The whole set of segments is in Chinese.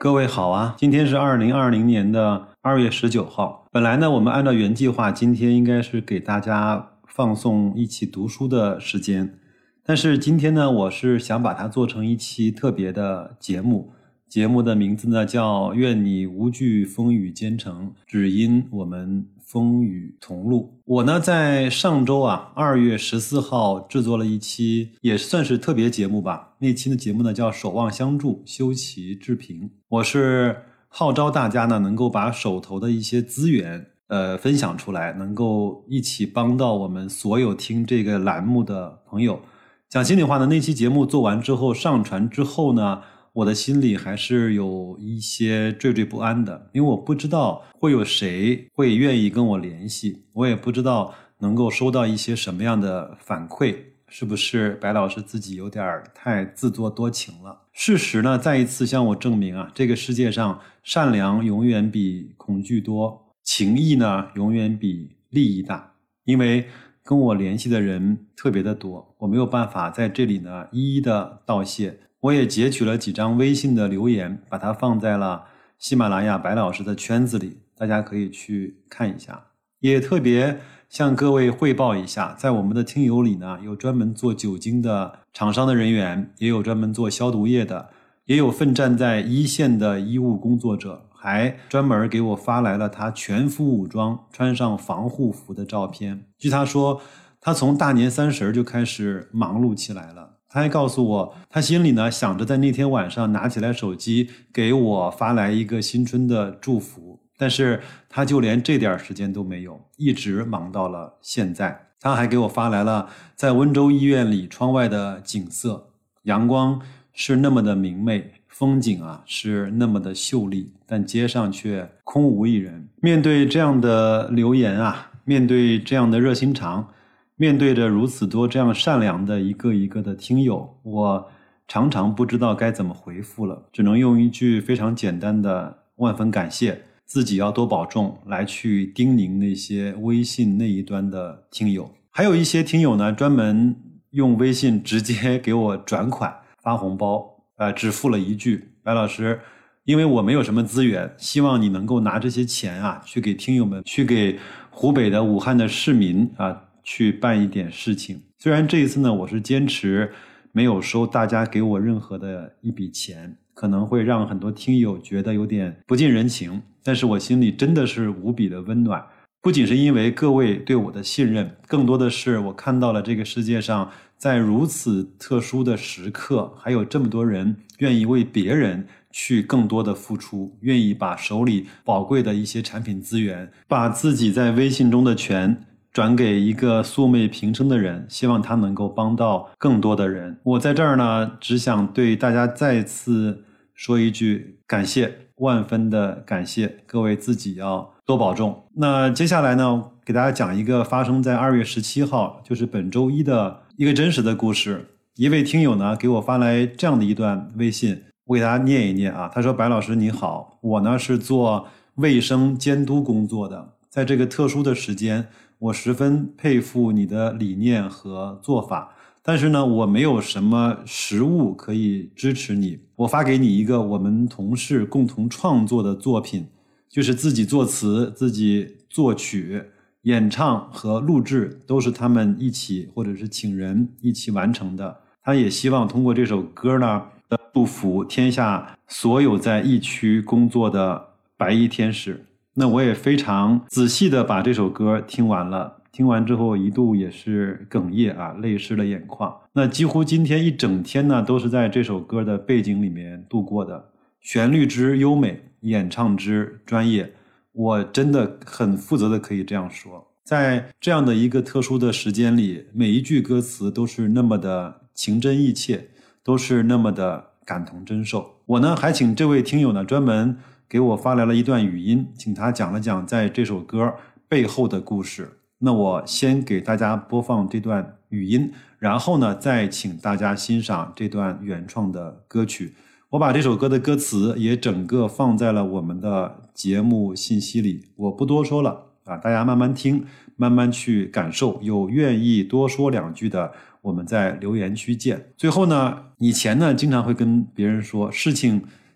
各位好啊，今天是2020年的2月19号。本来呢，我们按照原计划，今天应该是给大家放送一起读书的时间。但是今天呢，我是想把它做成一期特别的节目。节目的名字呢叫愿你无惧风雨兼程，只因我们风雨同路。我呢在上周2月14号制作了一期也算是特别节目吧。那期的节目呢叫守望相助，修齐治平。我是号召大家呢能够把手头的一些资源分享出来，能够一起帮到我们所有听这个栏目的朋友。讲心里话呢，那期节目做完之后上传之后呢，我的心里还是有一些惴惴不安的，因为我不知道会有谁会愿意跟我联系，我也不知道能够收到一些什么样的反馈，是不是白老师自己有点太自作多情了。事实呢再一次向我证明这个世界上善良永远比恐惧多，情谊呢永远比利益大。因为跟我联系的人特别的多，我没有办法在这里呢一一的道谢。我也截取了几张微信的留言，把它放在了喜马拉雅白老师的圈子里，大家可以去看一下。也特别向各位汇报一下，在我们的听友里呢，有专门做酒精的厂商的人员，也有专门做消毒液的，也有奋战在一线的医务工作者，还专门给我发来了他全副武装穿上防护服的照片。据他说，他从大年30就开始忙碌起来了。他还告诉我，他心里呢想着在那天晚上拿起来手机给我发来一个新春的祝福，但是他就连这点时间都没有，一直忙到了现在。他还给我发来了在温州医院里窗外的景色，阳光是那么的明媚，风景是那么的秀丽，但街上却空无一人。面对这样的留言面对这样的热心肠，面对着如此多这样善良的一个一个的听友，我常常不知道该怎么回复了，只能用一句非常简单的万分感谢，自己要多保重，来去叮咛那些微信那一端的听友。还有一些听友呢，专门用微信直接给我转款发红包，只附了一句，白老师，因为我没有什么资源，希望你能够拿这些钱去给听友们，去给湖北的武汉的市民去办一点事情。虽然这一次呢，我是坚持没有收大家给我任何的一笔钱，可能会让很多听友觉得有点不近人情，但是我心里真的是无比的温暖。不仅是因为各位对我的信任，更多的是我看到了这个世界上在如此特殊的时刻，还有这么多人愿意为别人去更多的付出，愿意把手里宝贵的一些产品资源，把自己在微信中的权转给一个素昧平生的人，希望他能够帮到更多的人。我在这儿呢，只想对大家再次说一句感谢，万分的感谢，各位自己要多保重。那接下来呢，给大家讲一个发生在2月17号，就是本周一的一个真实的故事。一位听友呢给我发来这样的一段微信，我给大家念一念他说，白老师你好，我呢是做卫生监督工作的，在这个特殊的时间，我十分佩服你的理念和做法，但是呢，我没有什么实物可以支持你。我发给你一个我们同事共同创作的作品，就是自己作词、自己作曲、演唱和录制都是他们一起或者是请人一起完成的。他也希望通过这首歌呢，祝福天下所有在疫区工作的白衣天使。那我也非常仔细的把这首歌听完了，听完之后一度也是哽咽泪湿了眼眶。那几乎今天一整天呢，都是在这首歌的背景里面度过的。旋律之优美，演唱之专业，我真的很负责的可以这样说。在这样的一个特殊的时间里，每一句歌词都是那么的情真意切，都是那么的感同身受。我呢还请这位听友呢专门给我发来了一段语音，请他讲了讲在这首歌背后的故事。那我先给大家播放这段语音，然后呢再请大家欣赏这段原创的歌曲。我把这首歌的歌词也整个放在了我们的节目信息里，我不多说了大家慢慢听，慢慢去感受。有愿意多说两句的，我们在留言区见。最后呢，以前呢经常会跟别人说，事情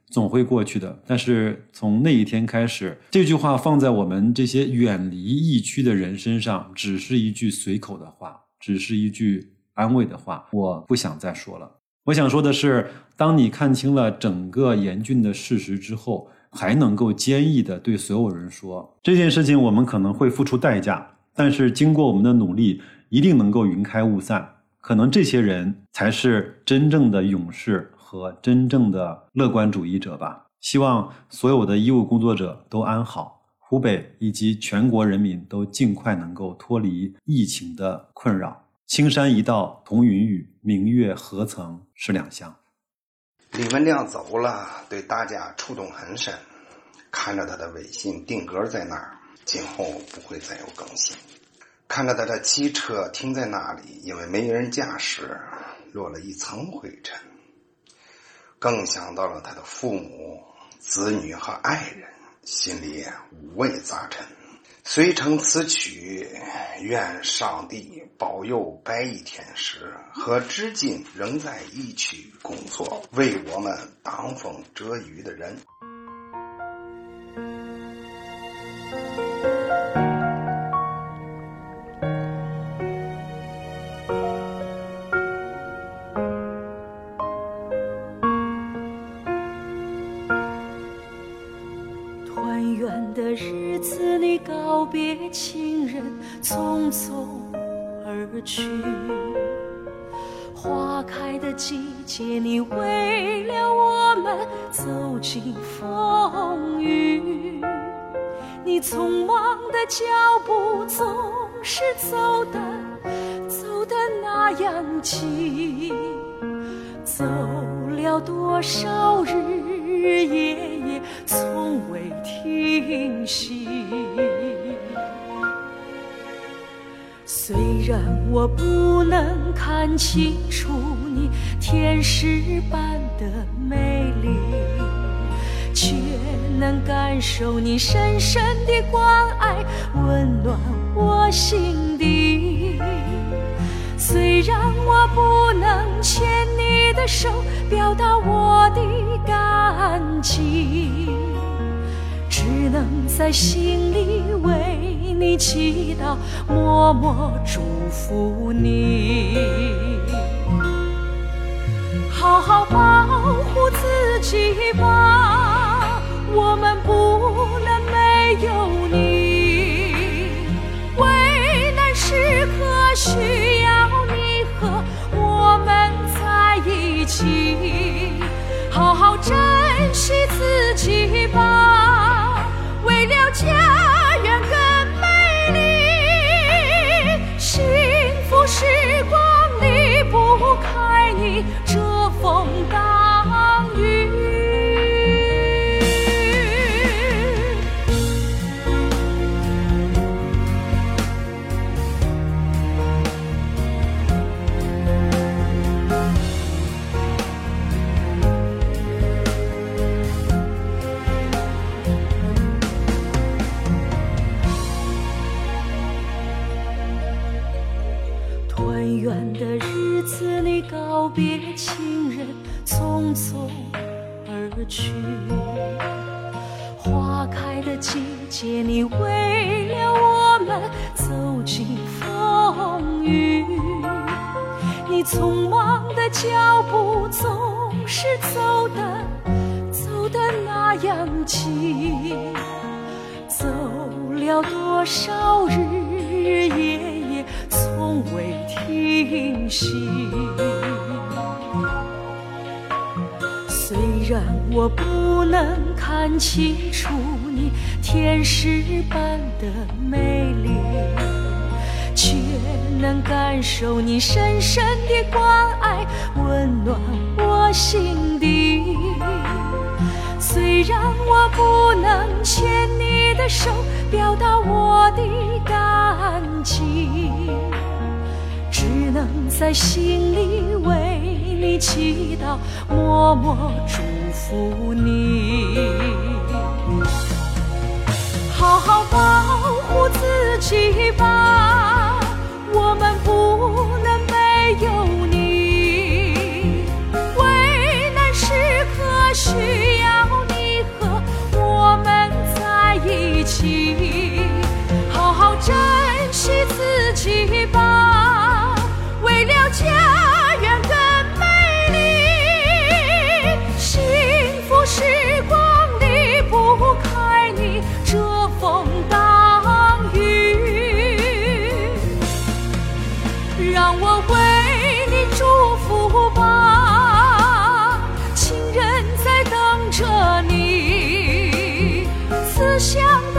总会过去的。但是从那一天开始，这句话放在我们这些远离疫区的人身上，只是一句随口的话，只是一句安慰的话，我不想再说了。我想说的是，当你看清了整个严峻的事实之后，还能够坚毅地对所有人说，这件事情我们可能会付出代价，但是经过我们的努力，一定能够云开雾散。可能这些人才是真正的勇士和真正的乐观主义者吧。希望所有的医务工作者都安好，湖北以及全国人民都尽快能够脱离疫情的困扰。青山一道同云雨，明月何曾是两乡。 李文亮走了，对大家触动很深，看着他的微信定格在那儿，今后不会再有更新。看着他的汽车停在那里，因为没人驾驶，落了一层灰尘。更想到了他的父母、子女和爱人，心里五味杂陈。遂成此曲，愿上帝保佑白衣天使和至今仍在疫区工作，为我们挡风遮雨的人。 团圆的日子里告别亲人，匆匆而去。花开的季节，你为了我们走进风雨。你匆忙的脚步总是走得那样急，走了多少日夜夜从未停息。虽然我不能看清楚你天使般的美丽，却能感受你深深的关爱，温暖我心底。虽然我不能牵你的手，表达我的感激，只能在心里为你祈祷，默默祝福你。好好保护自己吧，我们不能没有你。危难时刻需要你和我们在一起，好好珍惜自己吧，为了家园更美丽。幸福时光离不开你，遮风挡雨。团圆的日子里告别亲人，匆匆而去。花开的季节，你为了我们走进风雨。你匆忙的脚步总是走得那样急，走了多少日夜夜从未停息。虽然我不能看清楚你天使般的美丽，却能感受你深深的关爱，温暖我心底。虽然我不能牵你的手，表达我的感激，只能在心里为你祈祷，默默祝福你。好好保护自己吧，我们不能没有你。危难时刻需要相